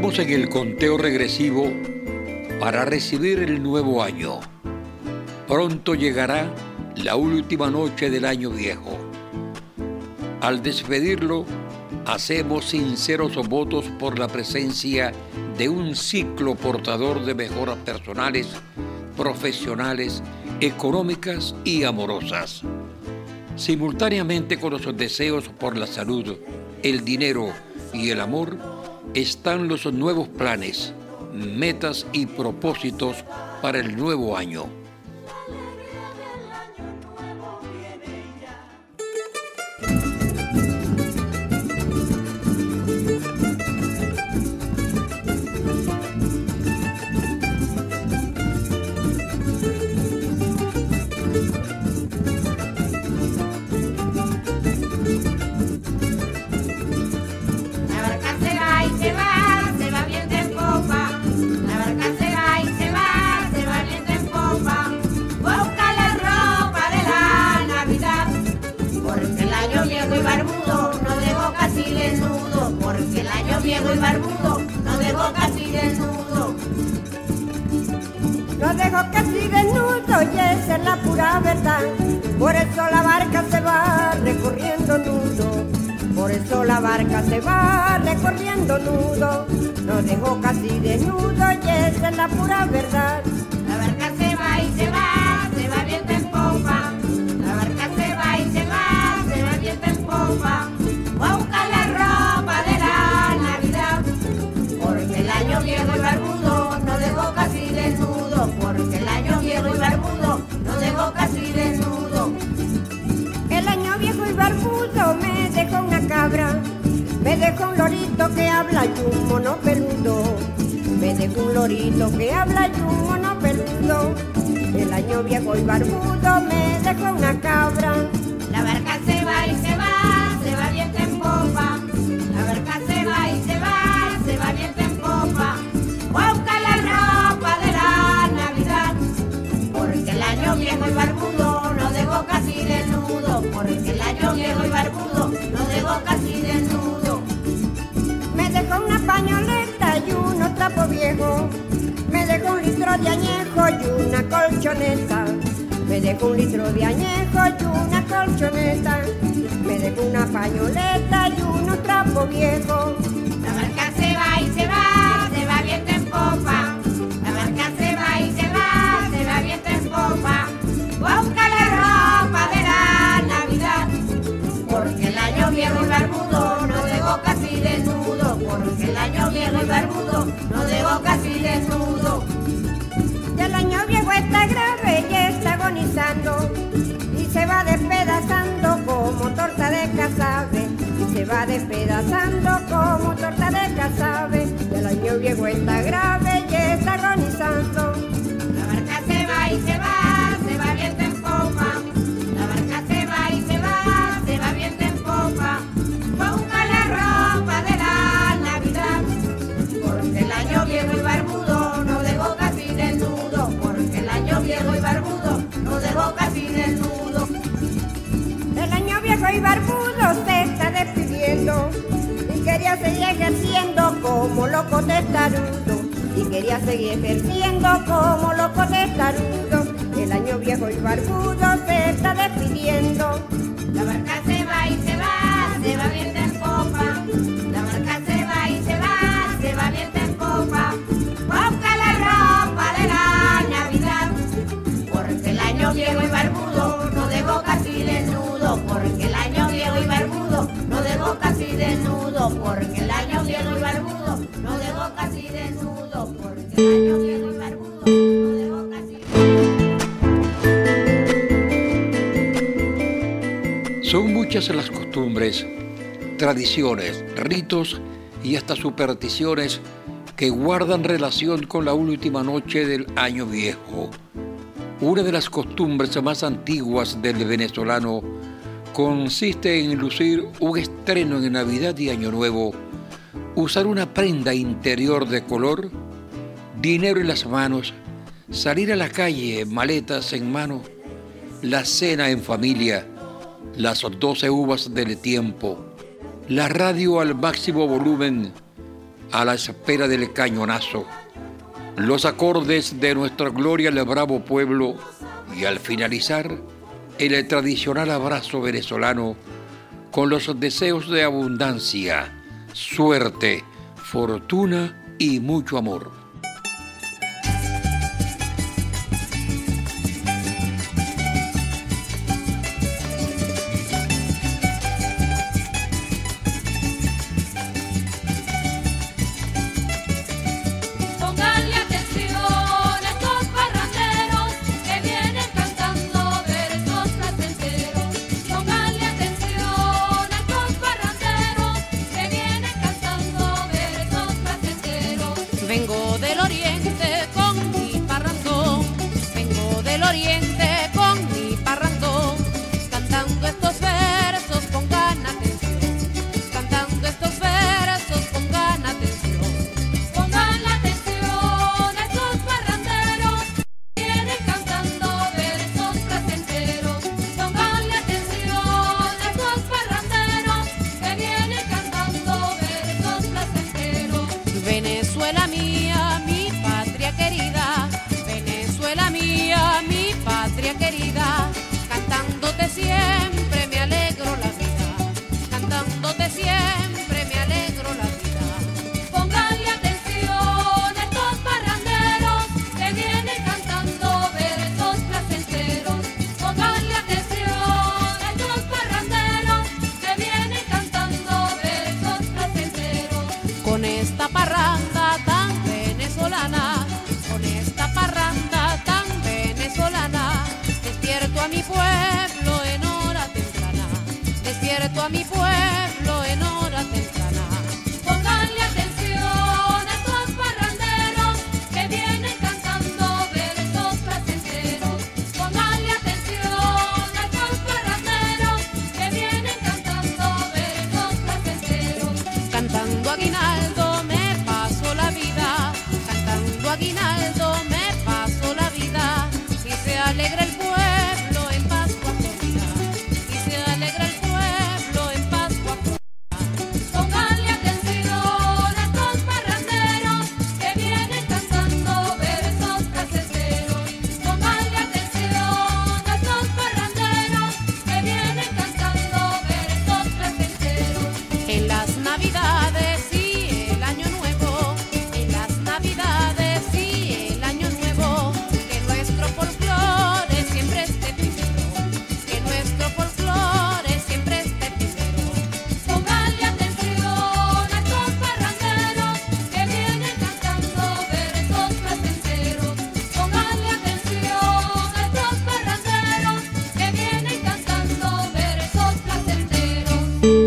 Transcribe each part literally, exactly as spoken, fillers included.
Estamos en el conteo regresivo para recibir el nuevo año. Pronto llegará la última noche del año viejo. Al despedirlo, hacemos sinceros votos por la presencia de un ciclo portador de mejoras personales, profesionales, económicas y amorosas. Simultáneamente con los deseos por la salud, el dinero y el amor, están los nuevos planes, metas y propósitos para el nuevo año. Viejo y barbudo, no dejo casi desnudo. No dejo casi desnudo y esa es la pura verdad. Por eso la barca se va recorriendo nudo. Por eso la barca se va recorriendo nudo. No dejo casi desnudo y esa es la pura verdad. La barca se va y se va, se va viento en popa. La barca se va y se va, se va viento en popa. Voy a buscar la ropa de la Navidad, porque el año viejo y barbudo no dejo casi desnudo, porque el año viejo y barbudo no dejo casi desnudo. El año viejo y barbudo me dejó una cabra, me dejó un lorito que habla y un mono peludo, me dejó un lorito que habla y un mono peludo. El año viejo y barbudo me dejó una cabra. La barca se va y se va, se va viento en popa. La barca se va y se va, se va viento en popa. Voy a buscar la ropa de la Navidad, porque el año viejo y barbudo no dejo casi desnudo, porque el año viejo y barbudo no dejo casi desnudo. Me dejó una pañoleta y unos trapos viejos, me dejó un litro de añejo y una colchoneta. Me dejó un litro de añejo y una colchoneta, me dejó una pañoleta y unos trapos viejos. La barca se va y se va, se va viento en popa. La barca se va y se va, se va viento en popa. Voy a buscar la ropa de la Navidad, porque el año viejo y barbudo no dejo casi desnudo, porque el año viejo y barbudo no dejo casi desnudo. Y el año viejo está grave y está agonizando, y se va despedazando como torta de casabe, y se va despedazando como torta de casabe. Y el año viejo está grave y está agonizando. La barca se va y se va, se va viento en popa. La barca se va y se va, se va viento en popa. Voy a buscar la ropa de la Navidad, porque el año viejo y barbudo no dejo casi desnudo, porque el año viejo y barbudo no dejo casi desnudo. El año viejo y barbudo se está despidiendo, y quería seguir ejerciendo como loco testarudo, y quería seguir ejerciendo como loco testarudo. El año viejo y barbudo se está despidiendo. La barca se va y se va, se va viento en popa. La barca se va y se va, se va viento en popa. Busca la ropa de la Navidad, porque el año viejo y barbudo no dejo casi desnudo, porque el año viejo y barbudo no dejo casi desnudo, porque el año viejo y barbudo no dejo casi desnudo, porque el año viejo y barbudo no dejo casi desnudo. Son muchas las costumbres, tradiciones, ritos y hasta supersticiones que guardan relación con la última noche del año viejo. Una de las costumbres más antiguas del venezolano consiste en lucir un estreno en Navidad y Año Nuevo, usar una prenda interior de color, dinero en las manos, salir a la calle, maletas en mano, la cena en familia, las doce uvas del tiempo, la radio al máximo volumen, a la espera del cañonazo, los acordes de nuestra gloria al bravo pueblo y al finalizar el tradicional abrazo venezolano con los deseos de abundancia, suerte, fortuna y mucho amor. Vengo del oriente con mi parrandón, vengo del oriente con mi parrandón, cantando estos versos, pongan atención, cantando estos versos, pongan atención, pongan la atención a estos parranderos, vienen cantando versos placenteros, pongan la atención a estos parranderos, que vienen cantando versos placenteros. Venezuela mía, mi patria querida, Venezuela mía, mi patria querida, cantándote siempre me alegro la vida, cantándote siempre me alegro la vida. Pónganle atención a estos parranderos que vienen cantando versos placenteros, pónganle atención a estos parranderos que vienen cantando versos placenteros. Con esta parranda tan venezolana, con esta parranda tan venezolana, despierto a mi pueblo en hora temprana, despierto a mi pueblo en hora temprana. Pónganle atención a estos parranderos que vienen cantando versos placenteros, pónganle atención a estos parranderos que vienen cantando versos placenteros. Cantando aguinaldo me paso la vida, cantando aguinaldo me paso la vida, y se alegra el pueblo en Pascua Florida, y se alegra el pueblo en Pascua Florida. Pónganle atención a estos parranderos que vienen cantando versos placenteros, pónganle atención a estos parranderos que vienen cantando versos placenteros. En las navidades y el año nuevo, en las navidades y el año nuevo, que nuestro folclore siempre esté primero, que nuestro folclore siempre esté primero. Pónganle atención a estos parranderos que vienen cantando versos placenteros, pónganle atención a estos parranderos que vienen cantando versos placenteros.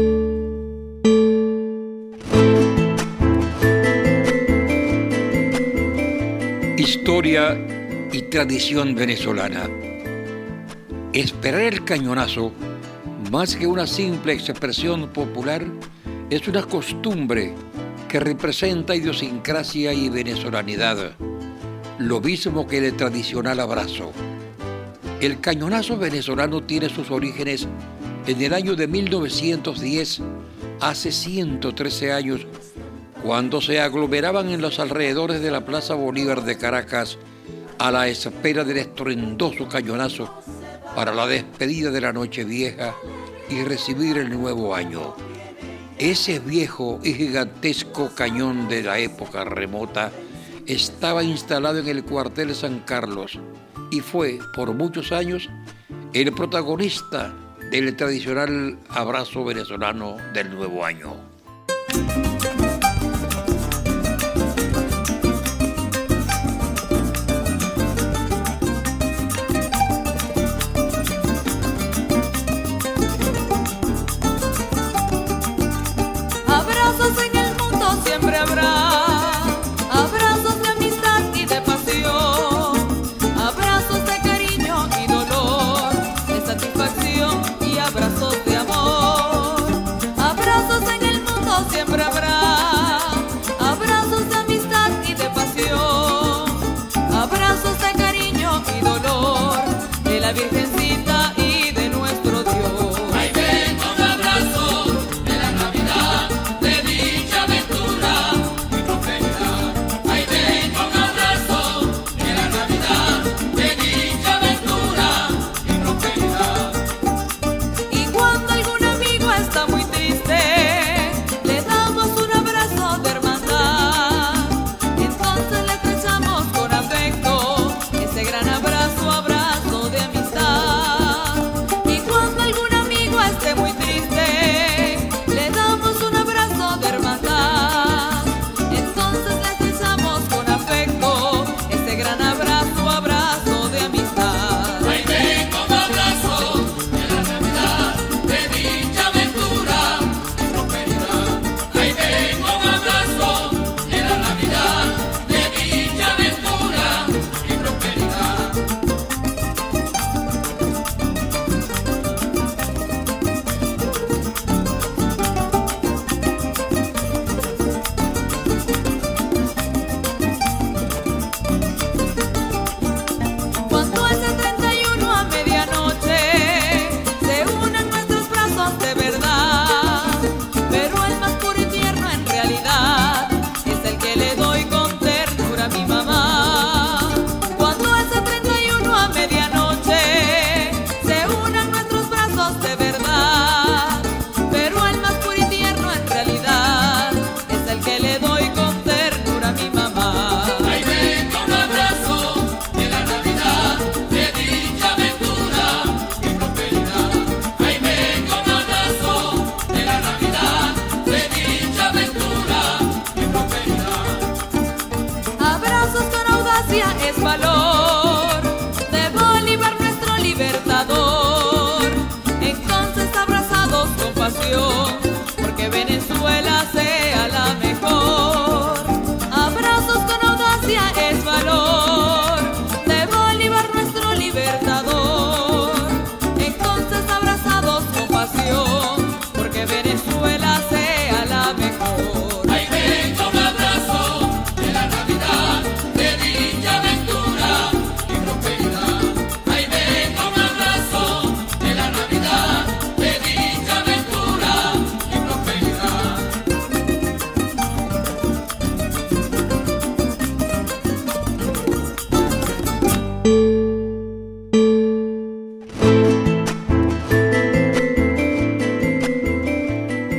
Historia y tradición venezolana. Esperar el cañonazo, más que una simple expresión popular, es una costumbre que representa idiosincrasia y venezolanidad, lo mismo que el tradicional abrazo. El cañonazo venezolano tiene sus orígenes en el año de mil novecientos diez, hace ciento trece años, cuando se aglomeraban en los alrededores de la Plaza Bolívar de Caracas a la espera del estruendoso cañonazo para la despedida de la Nochevieja y recibir el nuevo año. Ese viejo y gigantesco cañón de la época remota estaba instalado en el cuartel San Carlos y fue por muchos años el protagonista del tradicional abrazo venezolano del nuevo año. Abrazos en el mundo siempre habrá, abrazos de amistad y de pasión, abrazos de cariño y dolor, de satisfacción y abrazos de amor. Abrazos en el mundo siempre habrá.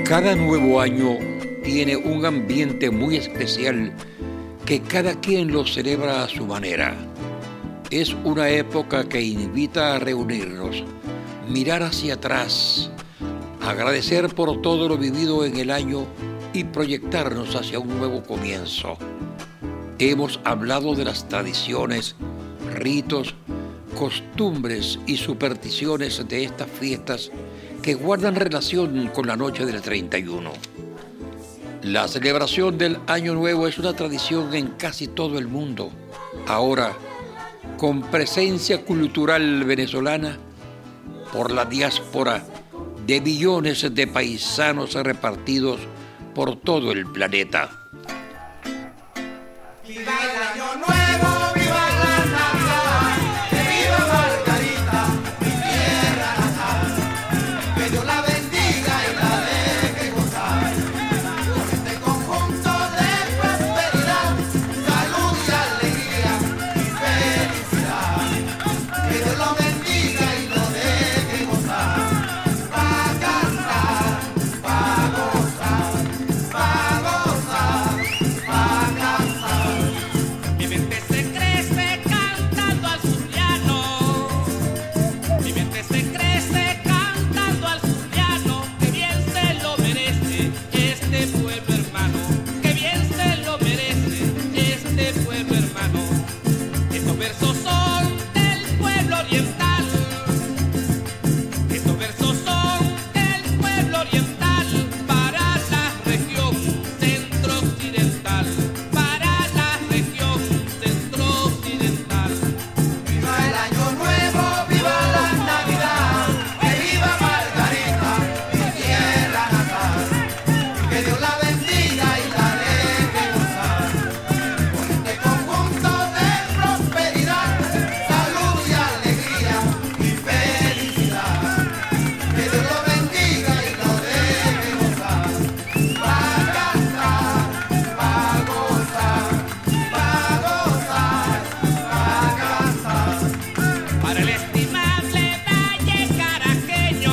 Cada nuevo año tiene un ambiente muy especial que cada quien lo celebra a su manera. Es una época que invita a reunirnos, mirar hacia atrás, agradecer por todo lo vivido en el año y proyectarnos hacia un nuevo comienzo. Hemos hablado de las tradiciones, ritos, costumbres y supersticiones de estas fiestas que guardan relación con la noche del treinta y uno. La celebración del Año Nuevo es una tradición en casi todo el mundo. Ahora, con presencia cultural venezolana por la diáspora de millones de paisanos repartidos por todo el planeta. ¡Viva el Año Nuevo! ¡Viva la Navidad! ¡Que viva Margarita, mi tierra natal! ¡Que Dios la bendiga y la deje gozar! Con este conjunto de prosperidad, salud y alegría y felicidad. ¡Que Dios lo bendiga y lo deje gozar! Pa' cantar, pa' gozar, pa' gozar, pa' cantar. Mi mente se crece cantando al zuliano. Mi mente se crece cantando al zuliano. Que bien se lo merece este pueblo hermano. Que bien se lo merece este pueblo hermano. Estos versos son del pueblo oriental. Estos versos son del pueblo oriental para la región centro-occidental. Para la región centro-occidental. ¡Viva el Año Nuevo! ¡Viva la Navidad! ¡Que viva Margarita, mi tierra natal! ¡Que Dios la bendiga y la deje gozar! Con este conjunto de prosperidad, salud y alegría y felicidad. ¡Que Dios lo bendiga y lo deje gozar! Pa' cantar, pa' gozar, pa' gozar, pa' cantar. Para el estimable Valle Caraqueño,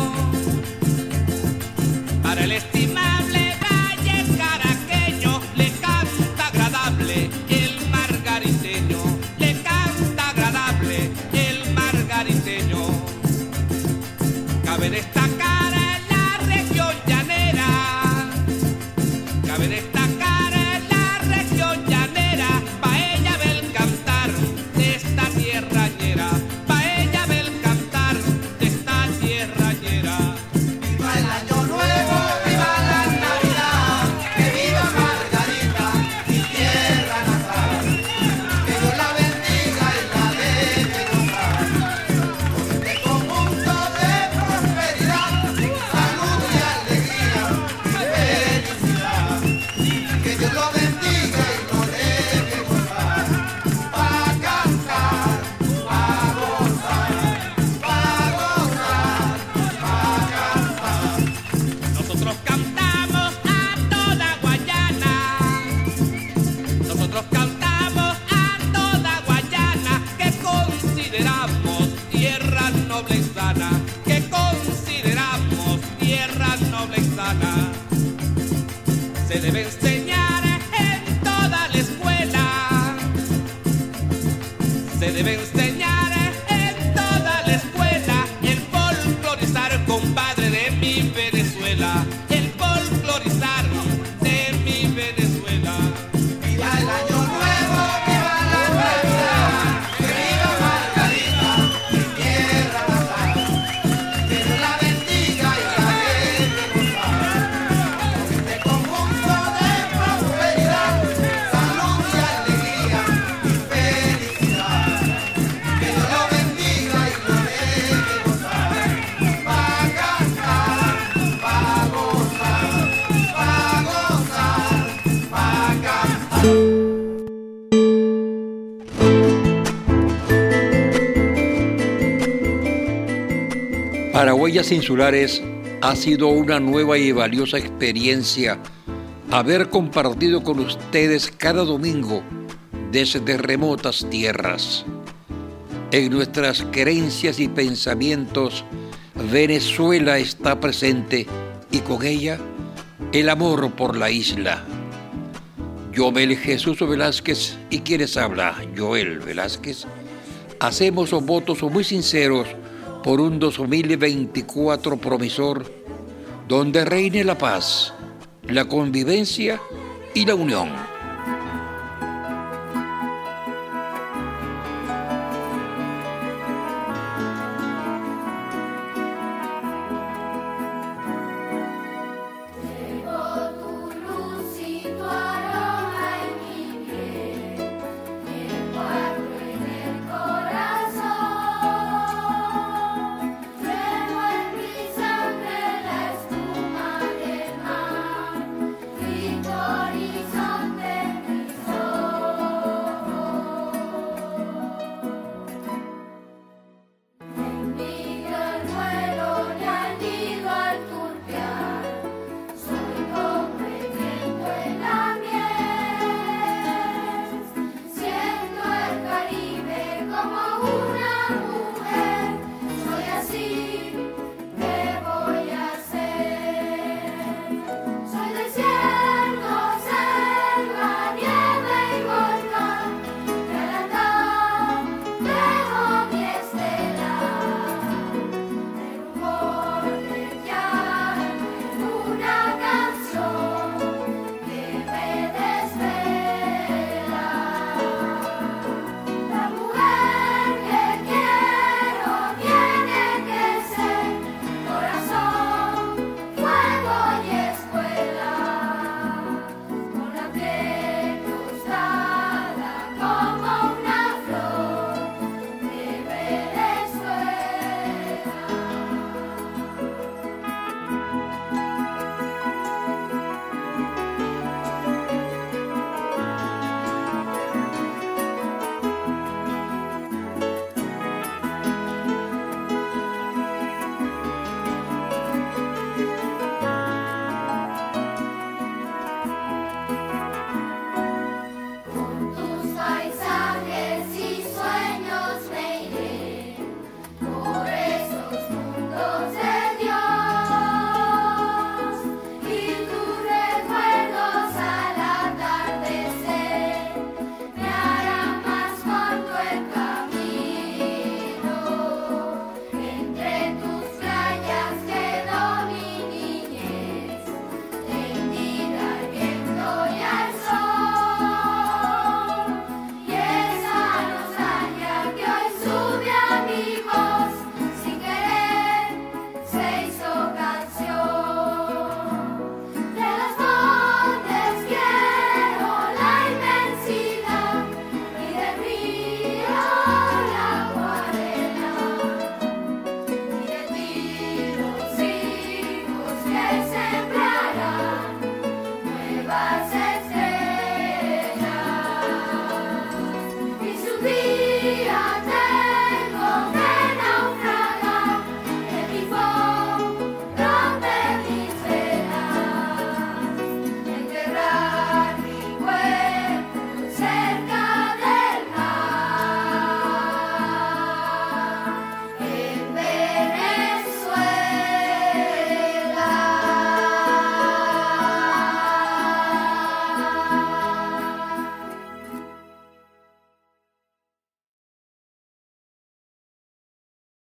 para el estimable Valle Caraqueño, le canta agradable el margariteño, le canta agradable el margariteño. Cabe destacar la región llanera, cabe destacar la región llanera, pa' ella ve el cantar de esta tierrañera, pa' ella ve el cantar de esta tierrañera. ¡Viva el Año Nuevo! ¡Viva la Navidad! ¡Que viva Margarita, mi tierra natal! ¡Que Dios la bendiga y la deje gozar! Con este conjunto de prosperidad, salud y alegría y felicidad. ¡Que Dios lo bendiga y lo deje gozar! Pa' cantar, pa' gozar, pa' gozar, pa' cantar. Nosotros cantamos a toda Guayana, nosotros cantamos a toda Guayana, que consideramos tierra noble y sana, que consideramos tierra noble y sana. Se debe enseñar en toda la escuela, se debe enseñar en toda la escuela el folclorizar, compadre, de mi Venezuela, el folclorizar de mi Venezuela. ¡Viva el Año Nuevo! ¡Viva la Navidad! ¡Que viva Margarita, mi tierra natal! ¡Que Dios la bendiga y la deje gozar! Con este conjunto de prosperidad, salud y alegría y felicidad. ¡Que Dios lo bendiga y lo deje gozar! Pa' cantar, pa' gozar, pa' gozar, pa' cantar. Para Huellas Insulares ha sido una nueva y valiosa experiencia haber compartido con ustedes cada domingo desde remotas tierras. En nuestras creencias y pensamientos, Venezuela está presente y con ella el amor por la isla. Yomel Jesús Velázquez y quienes habla, Joel Velázquez, hacemos votos muy sinceros por un dos mil veinticuatro promisor, donde reine la paz, la convivencia y la unión.